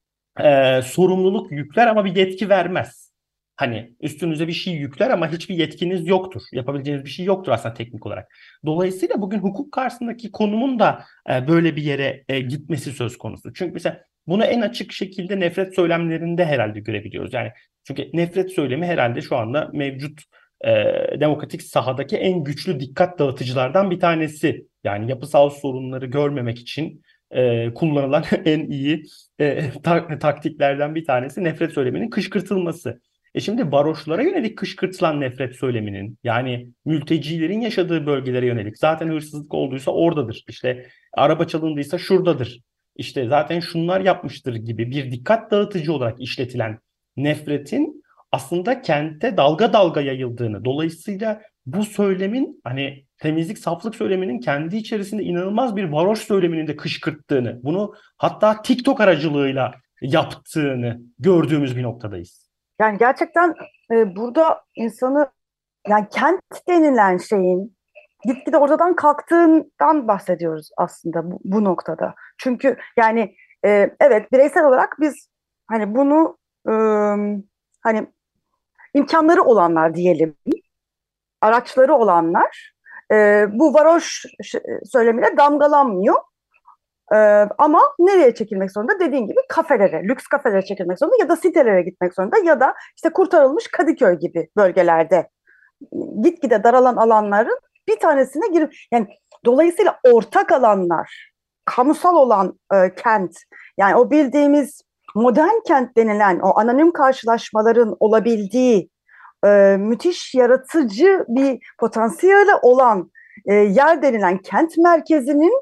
e, sorumluluk yükler ama bir yetki vermez. Hani üstünüze bir şey yükler ama hiçbir yetkiniz yoktur. Yapabileceğiniz bir şey yoktur aslında teknik olarak. Dolayısıyla bugün hukuk karşısındaki konumun da e, böyle bir yere e, gitmesi söz konusu. Çünkü mesela Bunu en açık şekilde nefret söylemlerinde herhalde görebiliyoruz. Yani çünkü nefret söylemi herhalde şu anda mevcut e, demokratik sahadaki en güçlü dikkat dağıtıcılardan bir tanesi. Yani yapısal sorunları görmemek için e, kullanılan en iyi e, ta- taktiklerden bir tanesi nefret söyleminin kışkırtılması. E şimdi varoşlara yönelik kışkırtılan nefret söyleminin, yani mültecilerin yaşadığı bölgelere yönelik, zaten hırsızlık olduysa oradadır. İşte araba çalındıysa şuradadır. İşte zaten şunlar yapmıştır gibi bir dikkat dağıtıcı olarak işletilen nefretin aslında kente dalga dalga yayıldığını, dolayısıyla bu söylemin, hani temizlik, saflık söyleminin kendi içerisinde inanılmaz bir varoş söyleminin de kışkırttığını, bunu hatta TikTok aracılığıyla yaptığını gördüğümüz bir noktadayız. Yani gerçekten e, burada insanı, yani kent denilen şeyin gitgide ortadan kalktığından bahsediyoruz aslında bu, bu noktada. Çünkü yani e, evet, bireysel olarak biz hani bunu e, hani imkanları olanlar diyelim, araçları olanlar e, bu varoş söylemiyle damgalanmıyor. E, ama nereye çekilmek zorunda? Dediğin gibi kafelere, lüks kafelere çekilmek zorunda ya da sitelere gitmek zorunda ya da işte kurtarılmış Kadıköy gibi bölgelerde gitgide daralan alanların bir tanesine girip, yani dolayısıyla ortak alanlar, kamusal olan e, kent, yani o bildiğimiz modern kent denilen o anonim karşılaşmaların olabildiği e, müthiş yaratıcı bir potansiyeli olan e, yer denilen kent merkezinin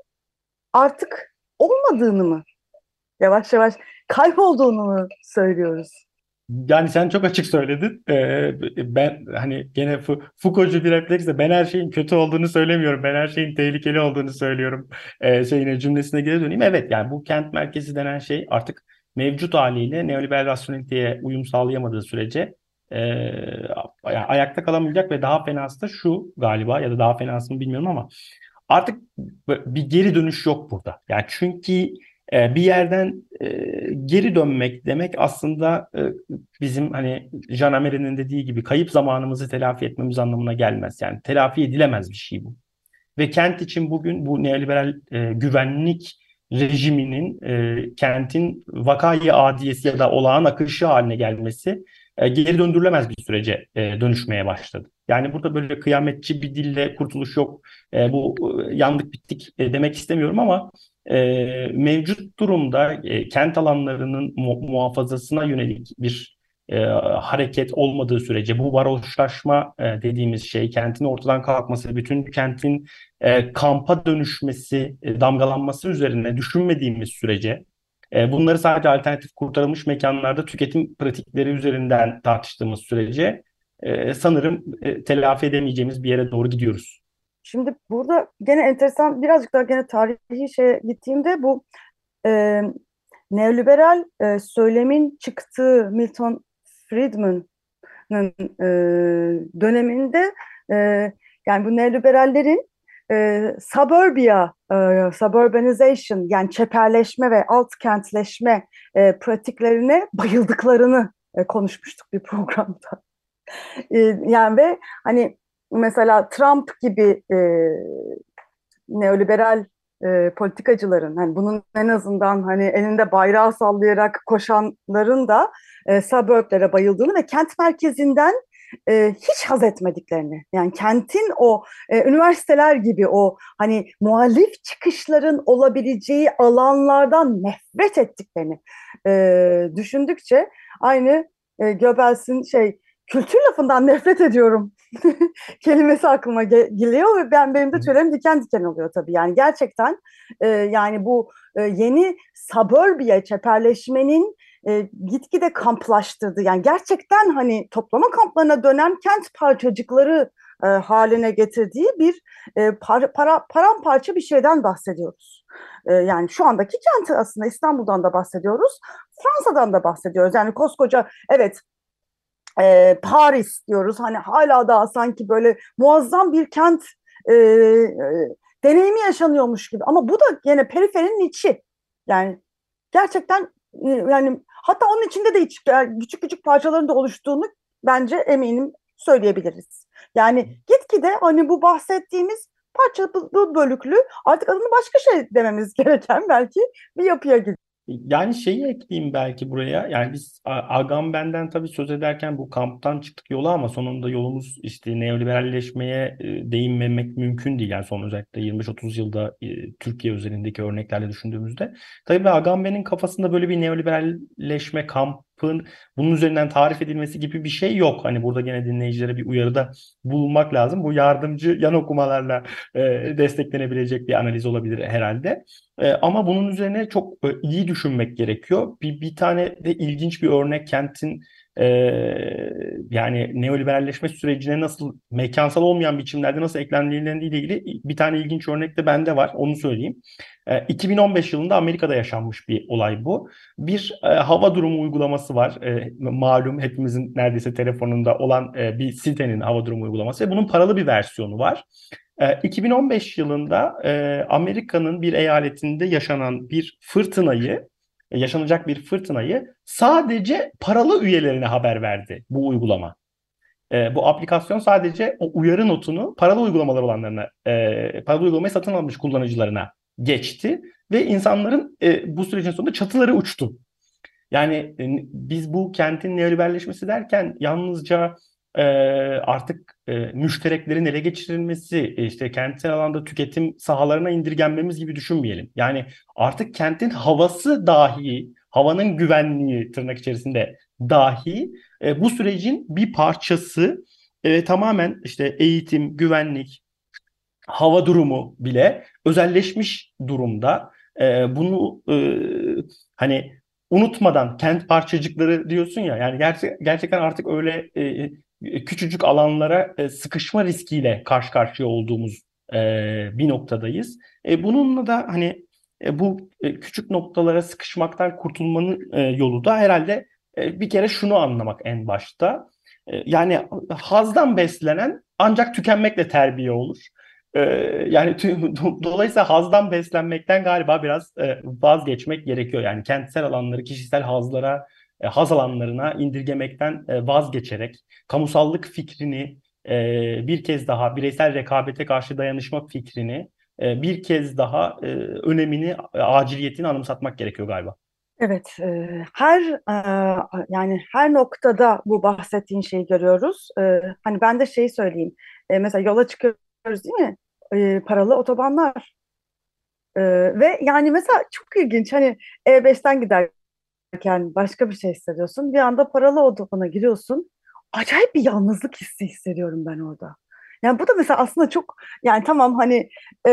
artık olmadığını mı, yavaş yavaş kaybolduğunu mu söylüyoruz? Yani sen çok açık söyledin. Ee, ben hani gene Fu- Foucault'cu bir refleksle ben her şeyin kötü olduğunu söylemiyorum. Ben her şeyin tehlikeli olduğunu söylüyorum. Ee, şeyine, cümlesine geri döneyim. Evet, yani bu kent merkezi denen şey artık mevcut haliyle neoliberal rasyoneliteye uyum sağlayamadığı sürece e, yani ayakta kalamayacak ve daha fenası da şu galiba, ya da daha fenası mı bilmiyorum ama artık bir geri dönüş yok burada. Yani çünkü e, bir yerden e, geri dönmek demek aslında e, bizim hani Jean Amery'nin dediği gibi kayıp zamanımızı telafi etmemiz anlamına gelmez. Yani telafi edilemez bir şey bu. Ve kent için bugün bu neoliberal e, güvenlik rejiminin e, kentin vakayı adiyesi ya da olağan akışı haline gelmesi e, geri döndürülemez bir sürece e, dönüşmeye başladı. Yani burada böyle kıyametçi bir dille kurtuluş yok, e, bu e, yandık bittik e, demek istemiyorum ama e, mevcut durumda e, kent alanlarının mu- muhafazasına yönelik bir e, hareket olmadığı sürece, bu varoşlaşma e, dediğimiz şey, kentin ortadan kalkması, bütün kentin e, kampa dönüşmesi, e, damgalanması üzerine düşünmediğimiz sürece, e, bunları sadece alternatif kurtarılmış mekanlarda tüketim pratikleri üzerinden tartıştığımız sürece e, sanırım e, telafi edemeyeceğimiz bir yere doğru gidiyoruz. Şimdi burada gene enteresan, birazcık daha gene tarihi şeye gittiğimde bu e, neoliberal e, söylemin çıktığı Milton Friedman'ın e, döneminde e, yani bu neoliberallerin e, suburbia, e, suburbanization, yani çeperleşme ve alt kentleşme e, pratiklerine bayıldıklarını e, konuşmuştuk bir programda. E, yani ve hani mesela Trump gibi e, neoliberal e, politikacıların, hani bunun en azından hani elinde bayrağı sallayarak koşanların da e, suburblere bayıldığını ve kent merkezinden e, hiç haz etmediklerini, yani kentin o e, üniversiteler gibi o hani muhalif çıkışların olabileceği alanlardan nefret ettiklerini e, düşündükçe aynı e, Goebbels'in şey kültür lafından nefret ediyorum kelimesi aklıma ge- geliyor ve ben benim de tüylerim diken diken oluyor tabii. Yani gerçekten e, yani bu e, yeni suburbia çeperleşmenin e, gitgide kamplaştırdığı, yani gerçekten hani toplama kamplarına dönen kent parçacıkları e, haline getirdiği bir e, par, para, paramparça bir şeyden bahsediyoruz. E, yani şu andaki kenti, aslında İstanbul'dan da bahsediyoruz, Fransa'dan da bahsediyoruz. Yani koskoca, evet, e, Paris diyoruz. Hani hala daha sanki böyle muazzam bir kent e, e, deneyimi yaşanıyormuş gibi. Ama bu da yine periferinin içi. Yani gerçekten e, yani hatta onun içinde de hiç, yani küçük küçük parçaların da oluştuğunu bence eminim söyleyebiliriz. Yani gitgide hani bu bahsettiğimiz parçalı bölüklü, artık adını başka şey dememiz gereken belki bir yapıya gidiyor. Yani şeyi ekleyeyim belki buraya. Yani biz A- Agamben'den tabii söz ederken bu kamptan çıktık yola ama sonunda yolumuz işte neoliberalleşmeye e, değinmemek mümkün değil. Yani son özellikle yirmi beş otuz yılda e, Türkiye üzerindeki örneklerle düşündüğümüzde. Tabii Agamben'in kafasında böyle bir neoliberalleşme kampın bunun üzerinden tarif edilmesi gibi bir şey yok. Hani burada gene dinleyicilere bir uyarıda bulunmak lazım. Bu yardımcı yan okumalarla e, desteklenebilecek bir analiz olabilir herhalde. E, ama bunun üzerine çok e, iyi düşünmek gerekiyor. Bir, bir tane de ilginç bir örnek kentin e, yani neoliberalleşme sürecine nasıl mekansal olmayan biçimlerde nasıl eklemleriyle ilgili bir tane ilginç örnek de bende var. Onu söyleyeyim. E, iki bin on beş yılında Amerika'da yaşanmış bir olay bu. Bir e, hava durumu uygulaması var. E, malum hepimizin neredeyse telefonunda olan e, bir sitenin hava durumu uygulaması ve bunun paralı bir versiyonu var. E, iki bin on beş yılında e, Amerika'nın bir eyaletinde yaşanan bir fırtınayı, e, yaşanacak bir fırtınayı sadece paralı üyelerine haber verdi bu uygulama. E, bu aplikasyon sadece o uyarı notunu paralı uygulamalar olanlarına, e, paralı uygulamayı satın almış kullanıcılarına geçti ve insanların e, bu sürecin sonunda çatıları uçtu. Yani e, biz bu kentin neoliberleşmesi derken yalnızca e, artık e, müştereklerin ele geçirilmesi, e, işte kentsel alanda tüketim sahalarına indirgenmemiz gibi düşünmeyelim. Yani artık kentin havası dahi, havanın güvenliği tırnak içerisinde dahi e, bu sürecin bir parçası. E, tamamen işte eğitim, güvenlik, hava durumu bile özelleşmiş durumda. Ee, bunu e, hani unutmadan kent parçacıkları diyorsun ya yani gerçek, gerçekten artık öyle e, küçücük alanlara e, sıkışma riskiyle karşı karşıya olduğumuz e, bir noktadayız. E, bununla da hani e, bu e, küçük noktalara sıkışmaktan kurtulmanın e, yolu da herhalde e, bir kere şunu anlamak en başta. E, yani hazdan beslenen ancak tükenmekle terbiye olur. Ee, yani tü- dolayısıyla hazdan beslenmekten galiba biraz e, vazgeçmek gerekiyor. Yani kentsel alanları kişisel hazlara, e, haz alanlarına indirgemekten e, vazgeçerek kamusallık fikrini e, bir kez daha bireysel rekabete karşı dayanışma fikrini e, bir kez daha e, önemini, e, aciliyetini anımsatmak gerekiyor galiba. Evet, e, her e, yani her noktada bu bahsettiğin şeyi görüyoruz. E, hani ben de şeyi söyleyeyim. E, mesela yola çıkıyoruz değil mi? E, paralı otobanlar. E, ve yani mesela çok ilginç. Hani E beşten giderken başka bir şey hissediyorsun. Bir anda paralı otobana giriyorsun. Acayip bir yalnızlık hissi hissediyorum ben orada. Yani bu da mesela aslında çok yani tamam hani e,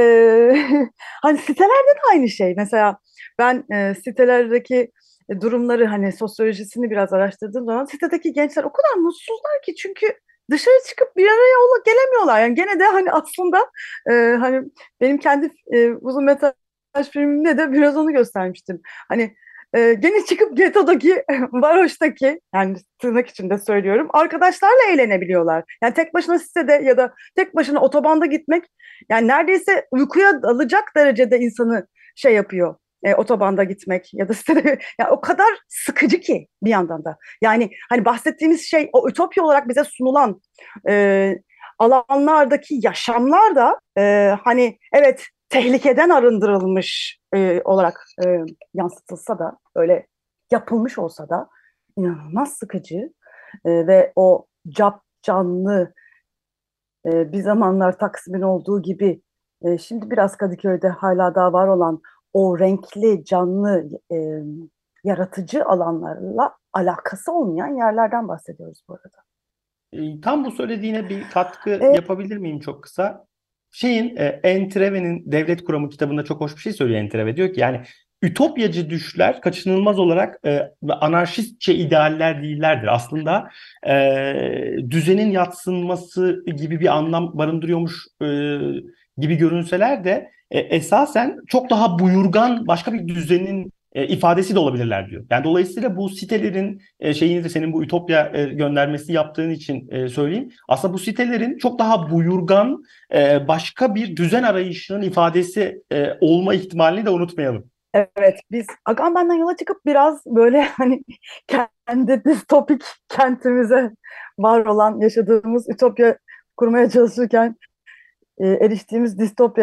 hani sitelerde de aynı şey. Mesela ben e, sitelerdeki durumları hani sosyolojisini biraz araştırdığım zaman sitedeki gençler o kadar mutsuzlar ki çünkü dışarı çıkıp bir araya ola- gelemiyorlar. Yani gene de hani aslında e, hani benim kendi e, uzun metraj filmimde de biraz onu göstermiştim. Hani ee, gene çıkıp getodaki, varoştaki yani tırnak içinde söylüyorum arkadaşlarla eğlenebiliyorlar. Yani tek başına sitede ya da tek başına otobanda gitmek yani neredeyse uykuya dalacak derecede insanı şey yapıyor. E, otobanda gitmek ya da sitede yani o kadar sıkıcı ki bir yandan da. Yani hani bahsettiğimiz şey o ütopya olarak bize sunulan e, alanlardaki yaşamlar da e, hani evet tehlikeden arındırılmış e, olarak e, yansıtılsa da öyle yapılmış olsa da inanılmaz sıkıcı e, ve o cap canlı e, bir zamanlar Taksim'in olduğu gibi e, şimdi biraz Kadıköy'de hala daha var olan o renkli canlı e, yaratıcı alanlarla alakası olmayan yerlerden bahsediyoruz bu arada. E, Tam bu söylediğine bir katkı E, yapabilir miyim çok kısa? Şeyin e, Entreve'nin Devlet Kuramı kitabında çok hoş bir şey söylüyor Entreve. Diyor ki yani ütopyacı düşler kaçınılmaz olarak e, ve anarşistçe idealler değillerdir. Aslında e, düzenin yadsınması gibi bir anlam barındırıyormuş e, gibi görünseler de e, esasen çok daha buyurgan başka bir düzenin e, ifadesi de olabilirler diyor. Yani dolayısıyla bu sitelerin e, şeyini de senin bu Ütopya e, göndermesi yaptığın için e, söyleyeyim. Aslında bu sitelerin çok daha buyurgan e, başka bir düzen arayışının ifadesi e, olma ihtimalini de unutmayalım. Evet, biz Agamben'den yola çıkıp biraz böyle hani kendi distopik kentimize var olan yaşadığımız ütopya kurmaya çalışırken e, eriştiğimiz distopyaya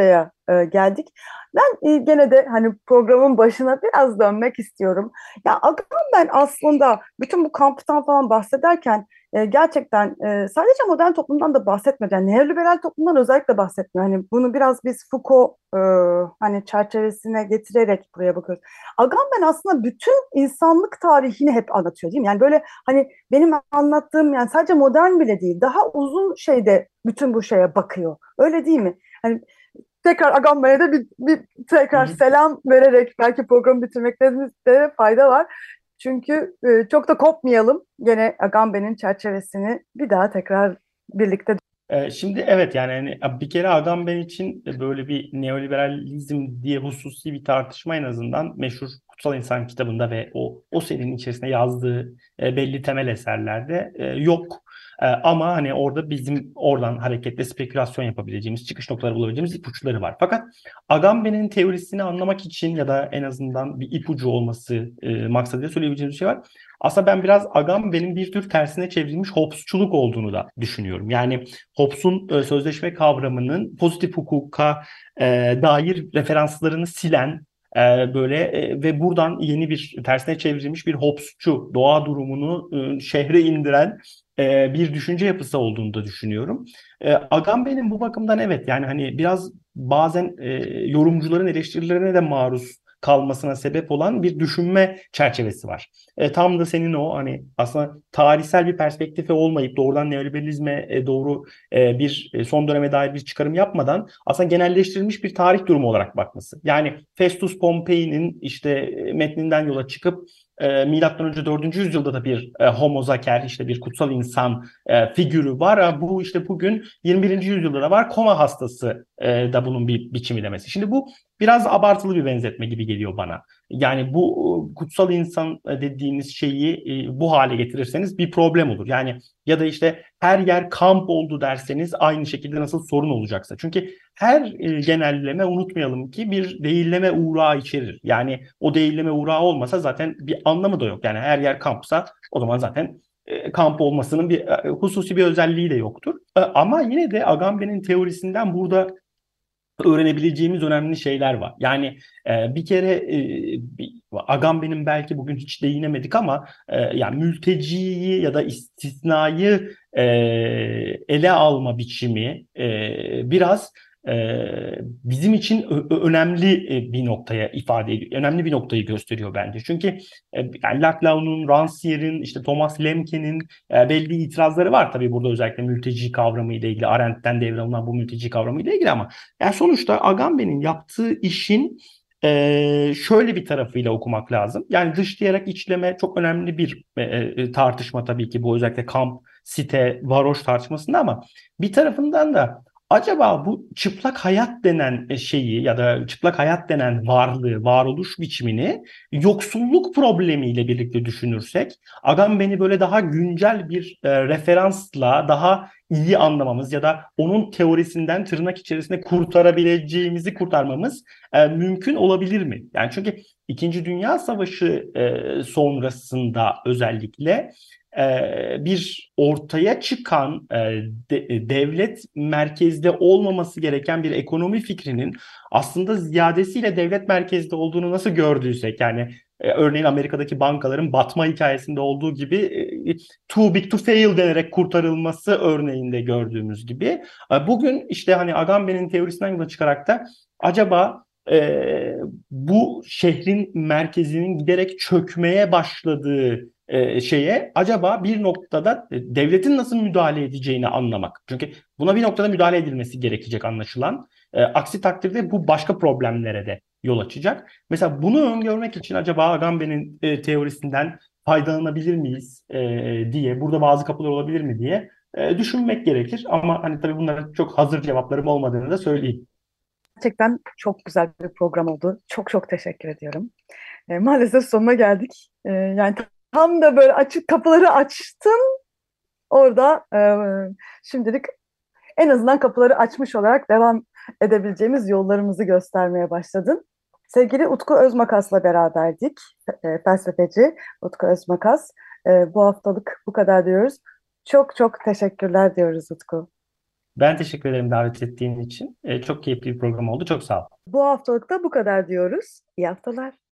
e, geldik. Ben e, gene de hani programın başına biraz dönmek istiyorum. Ya Agamben aslında bütün bu kamptan falan bahsederken e, gerçekten e, sadece modern toplumdan da bahsetmiyor. Yani neoliberal toplumdan özellikle bahsetmiyor. Hani bunu biraz biz Foucault e, hani çerçevesine getirerek buraya bakıyoruz. Agamben aslında bütün insanlık tarihini hep anlatıyor değil mi? Yani böyle hani benim anlattığım yani sadece modern bile değil, daha uzun şeyde bütün bu şeye bakıyor. Öyle değil mi? Hani tekrar Agamben'e de bir, bir Hı tekrar hı. selam vererek belki programı bitirmekte fayda var. Çünkü e, çok da kopmayalım. Gene Agamben'in çerçevesini bir daha tekrar birlikte. Ee, Şimdi evet yani hani bir kere Agamben için böyle bir neoliberalizm diye hususi bir tartışma en azından meşhur Kutsal İnsan kitabında ve o o serinin içerisinde yazdığı e, belli temel eserlerde e, yok. E, ama hani orada bizim oradan hareketle spekülasyon yapabileceğimiz, çıkış noktaları bulabileceğimiz ipuçları var. Fakat Agamben'in teorisini anlamak için ya da en azından bir ipucu olması e, maksadıyla söyleyebileceğimiz bir şey var. Aslında ben biraz Agamben'in bir tür tersine çevrilmiş Hobbesçuluk olduğunu da düşünüyorum. Yani Hobbes'un e, sözleşme kavramının pozitif hukuka e, dair referanslarını silen e, böyle e, ve buradan yeni bir tersine çevrilmiş bir Hobbesçu doğa durumunu e, şehre indiren e, bir düşünce yapısı olduğunu da düşünüyorum. E, Agamben'in bu bakımdan evet yani hani biraz bazen e, yorumcuların eleştirilerine de maruz kalmasına sebep olan bir düşünme çerçevesi var. E, tam da senin o hani aslında tarihsel bir perspektife olmayıp doğrudan neoliberalizme e, doğru e, bir e, son döneme dair bir çıkarım yapmadan aslında genelleştirilmiş bir tarih durumu olarak bakması. Yani Festus Pompei'nin işte e, metninden yola çıkıp e, milattan önce dördüncü yüzyılda da bir e, Homo Zaker işte bir kutsal insan e, figürü var. Ha, bu işte bugün yirmi birinci yüzyılda da var. Koma hastası e, da bunun bir biçimi demesi. Şimdi bu biraz abartılı bir benzetme gibi geliyor bana. Yani bu e, kutsal insan e, dediğiniz şeyi e, bu hale getirirseniz bir problem olur. Yani ya da işte her yer kamp oldu derseniz aynı şekilde nasıl sorun olacaksa. Çünkü her e, genelleme unutmayalım ki bir değilleme uğrağı içerir. Yani o değilleme uğrağı olmasa zaten bir anlamı da yok. Yani her yer kampsa o zaman zaten e, kamp olmasının bir e, hususi bir özelliği de yoktur. E, ama yine de Agamben'in teorisinden burada öğrenebileceğimiz önemli şeyler var. Yani e, bir kere e, bir, Agamben'in belki bugün hiç değinemedik ama e, yani mülteciyi ya da istisnayı e, ele alma biçimi e, biraz e, bizim için ö- ö- önemli e, bir noktaya ifade ediyor. Önemli bir noktayı gösteriyor bence. Çünkü e, yani Laclau'nun, Rancière'in, işte Thomas Lemke'nin e, belli itirazları var tabii burada özellikle mülteci kavramı ile ilgili, Arendt'ten devralınan bu mülteci kavramı ile ilgili ama yani sonuçta Agamben'in yaptığı işin e, şöyle bir tarafıyla okumak lazım. Yani dışlayarak içleme çok önemli bir e, e, tartışma tabii ki bu özellikle kamp, site, varoş tartışmasında ama bir tarafından da acaba bu çıplak hayat denen e, şeyi ya da çıplak hayat denen varlığı, varoluş biçimini yoksulluk problemiyle birlikte düşünürsek Agamben'i böyle daha güncel bir e, referansla daha iyi anlamamız ya da onun teorisinden tırnak içerisinde kurtarabileceğimizi kurtarmamız e, mümkün olabilir mi? Yani çünkü İkinci Dünya Savaşı e, sonrasında özellikle e, bir ortaya çıkan e, de, e, devlet merkezde olmaması gereken bir ekonomi fikrinin aslında ziyadesiyle devlet merkezde olduğunu nasıl gördüysek yani e, örneğin Amerika'daki bankaların batma hikayesinde olduğu gibi e, too big to fail denerek kurtarılması örneğinde gördüğümüz gibi. E, Bugün işte hani Agamben'in teorisinden yola çıkarak da acaba e, bu şehrin merkezinin giderek çökmeye başladığı e, şeye acaba bir noktada e, devletin nasıl müdahale edeceğini anlamak. Çünkü buna bir noktada müdahale edilmesi gerekecek anlaşılan. E, aksi takdirde bu başka problemlere de yol açacak. Mesela bunu öngörmek için acaba Agamben'in e, teorisinden faydalanabilir miyiz e, diye, burada bazı kapılar olabilir mi diye e, düşünmek gerekir. Ama hani tabii bunların çok hazır cevaplarım olmadığını da söyleyeyim. Gerçekten çok güzel bir program oldu. Çok çok teşekkür ediyorum. E, maalesef sonuna geldik. E, yani tam da böyle açık kapıları açtın orada. E, şimdilik en azından kapıları açmış olarak devam edebileceğimiz yollarımızı göstermeye başladın. Sevgili Utku Özmakas'la beraberdik. E, felsefeci Utku Özmakas. E, bu haftalık bu kadar diyoruz. Çok çok teşekkürler diyoruz Utku. Ben teşekkür ederim davet ettiğin için. E, çok keyifli bir program oldu. Çok sağ ol. Bu haftalık da bu kadar diyoruz. İyi haftalar.